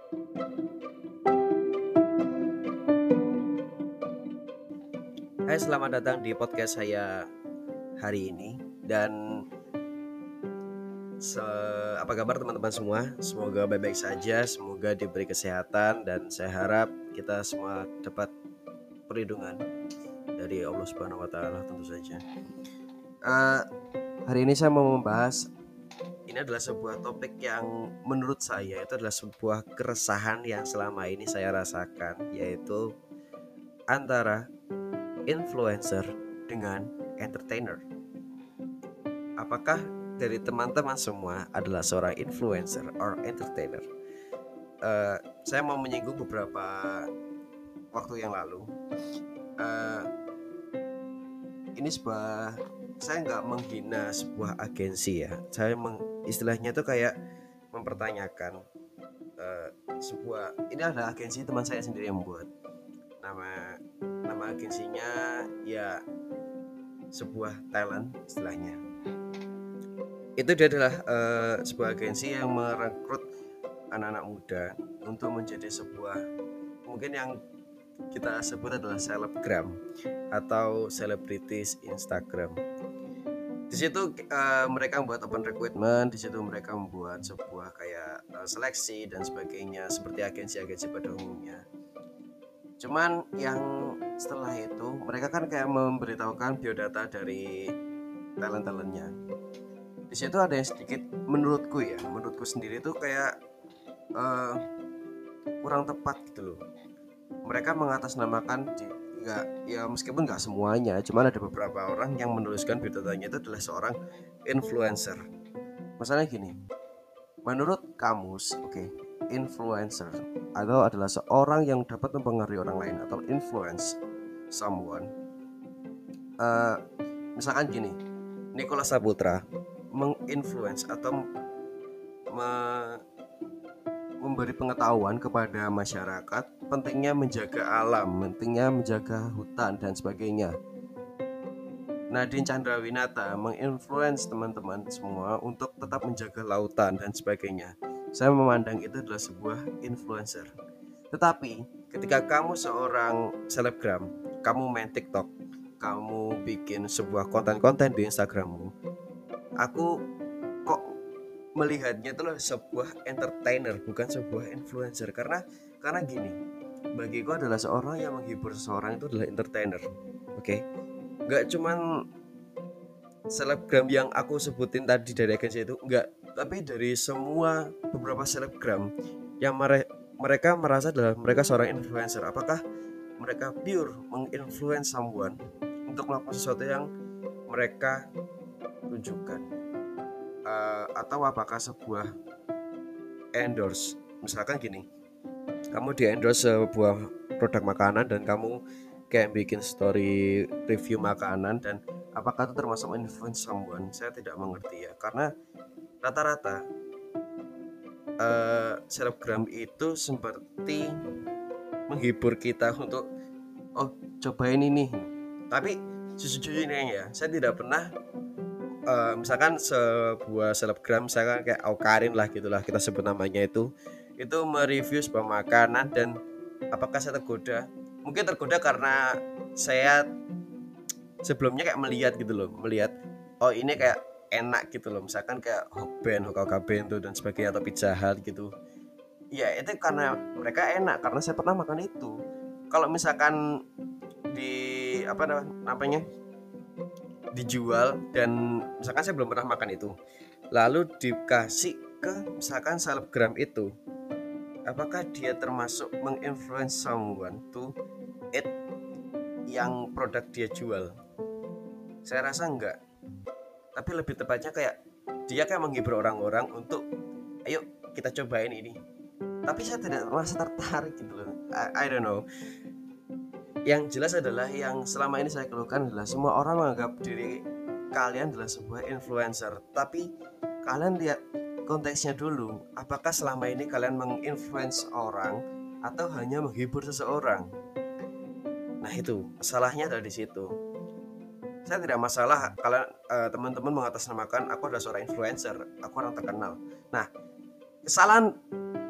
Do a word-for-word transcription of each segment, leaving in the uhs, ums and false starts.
Hai, selamat datang di podcast saya hari ini. Dan se- apa kabar teman-teman semua? Semoga baik-baik saja, semoga diberi kesehatan, dan saya harap kita semua dapat perlindungan dari Allah Subhanahu wa taala tentu saja. Eh, hari ini saya mau membahas, ini adalah sebuah topik yang menurut saya itu adalah sebuah keresahan yang selama ini saya rasakan, yaitu antara influencer dengan entertainer. Apakah dari teman-teman semua adalah seorang influencer or entertainer? Uh, saya mau menyinggung beberapa waktu yang lalu. Uh, ini sebuah, saya nggak menghina sebuah agensi ya. Saya meng, istilahnya itu kayak mempertanyakan uh, sebuah. Ini adalah agensi teman saya sendiri yang membuat. Nama nama agensinya ya sebuah talent istilahnya. Itu dia adalah uh, sebuah agensi yang merekrut anak-anak muda untuk menjadi sebuah, mungkin yang kita sebut adalah selebgram atau selebritis Instagram. Di situ uh, mereka membuat open recruitment, di situ mereka membuat sebuah kayak uh, seleksi dan sebagainya seperti agensi-agensi pada umumnya. Cuman yang setelah itu mereka kan kayak memberitahukan biodata dari talent-talentnya. Di situ ada yang sedikit menurutku ya, menurutku sendiri itu kayak uh, kurang tepat gitu loh. Mereka mengatasnamakan di, nggak ya meskipun nggak semuanya, cuman ada beberapa orang yang menuliskan biodatanya itu adalah seorang influencer. Masalahnya gini, menurut kamus, oke, okay, influencer atau adalah seorang yang dapat mempengaruhi orang lain atau influence someone. Uh, misalkan gini, Nicholas Saputra menginfluence atau me- memberi pengetahuan kepada masyarakat pentingnya menjaga alam, pentingnya menjaga hutan dan sebagainya. Nadine Chandrawinata menginfluence teman-teman semua untuk tetap menjaga lautan dan sebagainya. Saya memandang itu adalah sebuah influencer. Tetapi ketika kamu seorang selebgram, kamu main TikTok, kamu bikin sebuah konten-konten di Instagrammu, aku kok melihatnya itu sebuah entertainer bukan sebuah influencer. Karena karena gini, bagiku adalah seorang yang menghibur seseorang itu adalah entertainer. Oke, okay? Nggak cuman selebgram yang aku sebutin tadi dari agensi itu, nggak, tapi dari semua beberapa selebgram yang mere- mereka merasa adalah mereka seorang influencer. Apakah mereka pure menginfluence someone untuk melakukan sesuatu yang mereka tunjukkan, uh, atau apakah sebuah endorse? Misalkan gini, kamu di endorse sebuah produk makanan dan kamu kayak bikin story review makanan, dan apakah itu termasuk influence someone? Saya tidak mengerti ya, karena rata-rata uh, selebgram itu seperti menghibur kita untuk oh cobain ini, tapi sejujurnya ya saya tidak pernah uh, misalkan sebuah selebgram misalkan kayak Aukarin lah gitulah kita sebut namanya, itu itu mereview sebuah makanan, dan apakah saya tergoda? Mungkin tergoda karena saya sebelumnya kayak melihat gitu loh, melihat oh ini kayak enak gitu loh, misalkan kayak Hokben, Hokkaido Bento dan sebagainya, atau Pizza Hut gitu. Ya itu karena mereka enak, karena saya pernah makan itu. Kalau misalkan di apa namanya dijual dan misalkan saya belum pernah makan itu, lalu dikasih ke misalkan selebgram itu, apakah dia termasuk menginfluence someone to eat yang produk dia jual? Saya rasa enggak, tapi lebih tepatnya kayak dia kayak menghibur orang-orang untuk ayo kita cobain ini, tapi saya tidak merasa tertarik gitu loh. I, I don't know. Yang jelas adalah yang selama ini saya keluhkan adalah semua orang menganggap diri kalian adalah sebuah influencer, tapi kalian lihat konteksnya dulu. Apakah selama ini kalian menginfluence orang atau hanya menghibur seseorang? Nah itu masalahnya ada di situ. Saya tidak masalah kalian uh, teman-teman mengatasnamakan aku adalah seorang influencer, aku orang terkenal. Nah kesalahan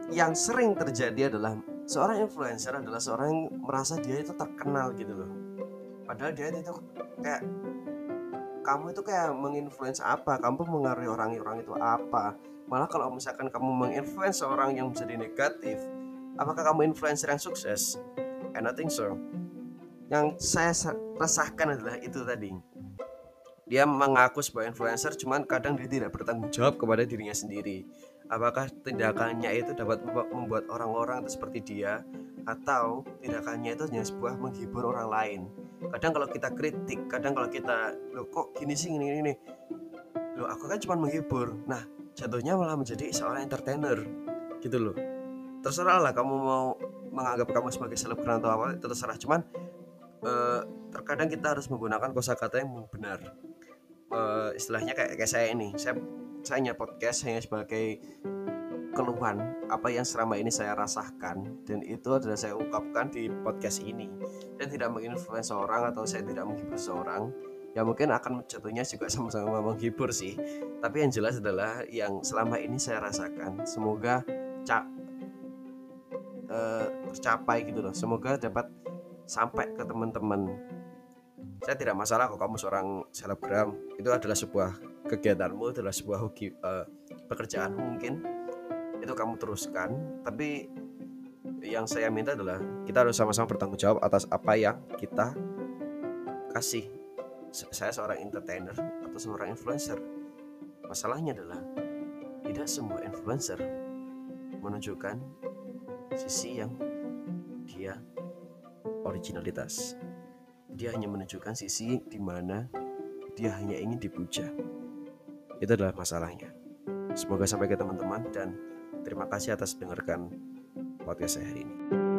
yang sering terjadi adalah seorang influencer adalah seorang yang merasa dia itu terkenal gitu loh. Padahal dia itu kayak, kamu itu kayak menginfluence apa, kamu mengaruhi orang-orang itu apa. Malah kalau misalkan kamu menginfluence orang yang menjadi negatif, apakah kamu influencer yang sukses? I don't think so. Yang saya resahkan adalah itu tadi, dia mengaku sebagai influencer, cuman kadang dia tidak bertanggung jawab kepada dirinya sendiri. Apakah tindakannya itu dapat membuat orang-orang itu seperti dia, atau tindakannya itu hanya sebuah menghibur orang lain. Kadang kalau kita kritik, kadang kalau kita, loh kok gini sih, gini gini, loh aku kan cuma menghibur. Nah, jatuhnya malah menjadi seorang entertainer gitu loh. Terserah lah kamu mau menganggap kamu sebagai selebgram atau apa, itu terserah. Cuman eh, terkadang kita harus menggunakan kosakata yang benar. Uh, istilahnya kayak, kayak saya ini, saya saya hanya podcast hanya sebagai keluhan apa yang selama ini saya rasakan, dan itu adalah saya ungkapkan di podcast ini, dan tidak menginfluence orang atau saya tidak menghibur seorang. Ya mungkin akan jatuhnya juga sama-sama menghibur sih, tapi yang jelas adalah yang selama ini saya rasakan. Semoga ca- uh, tercapai gitu loh, semoga dapat sampai ke teman-teman. Saya tidak masalah kok kamu seorang selebgram, itu adalah sebuah kegiatanmu, adalah sebuah hoki, uh, pekerjaan mungkin, itu kamu teruskan. Tapi yang saya minta adalah kita harus sama-sama bertanggung jawab atas apa yang kita kasih. Saya seorang entertainer atau seorang influencer. Masalahnya adalah tidak semua influencer menunjukkan sisi yang dia originalitas. Dia hanya menunjukkan sisi di mana dia hanya ingin dipuja. Itu adalah masalahnya. Semoga sampai ke teman-teman, dan terima kasih atas dengarkan podcast saya hari ini.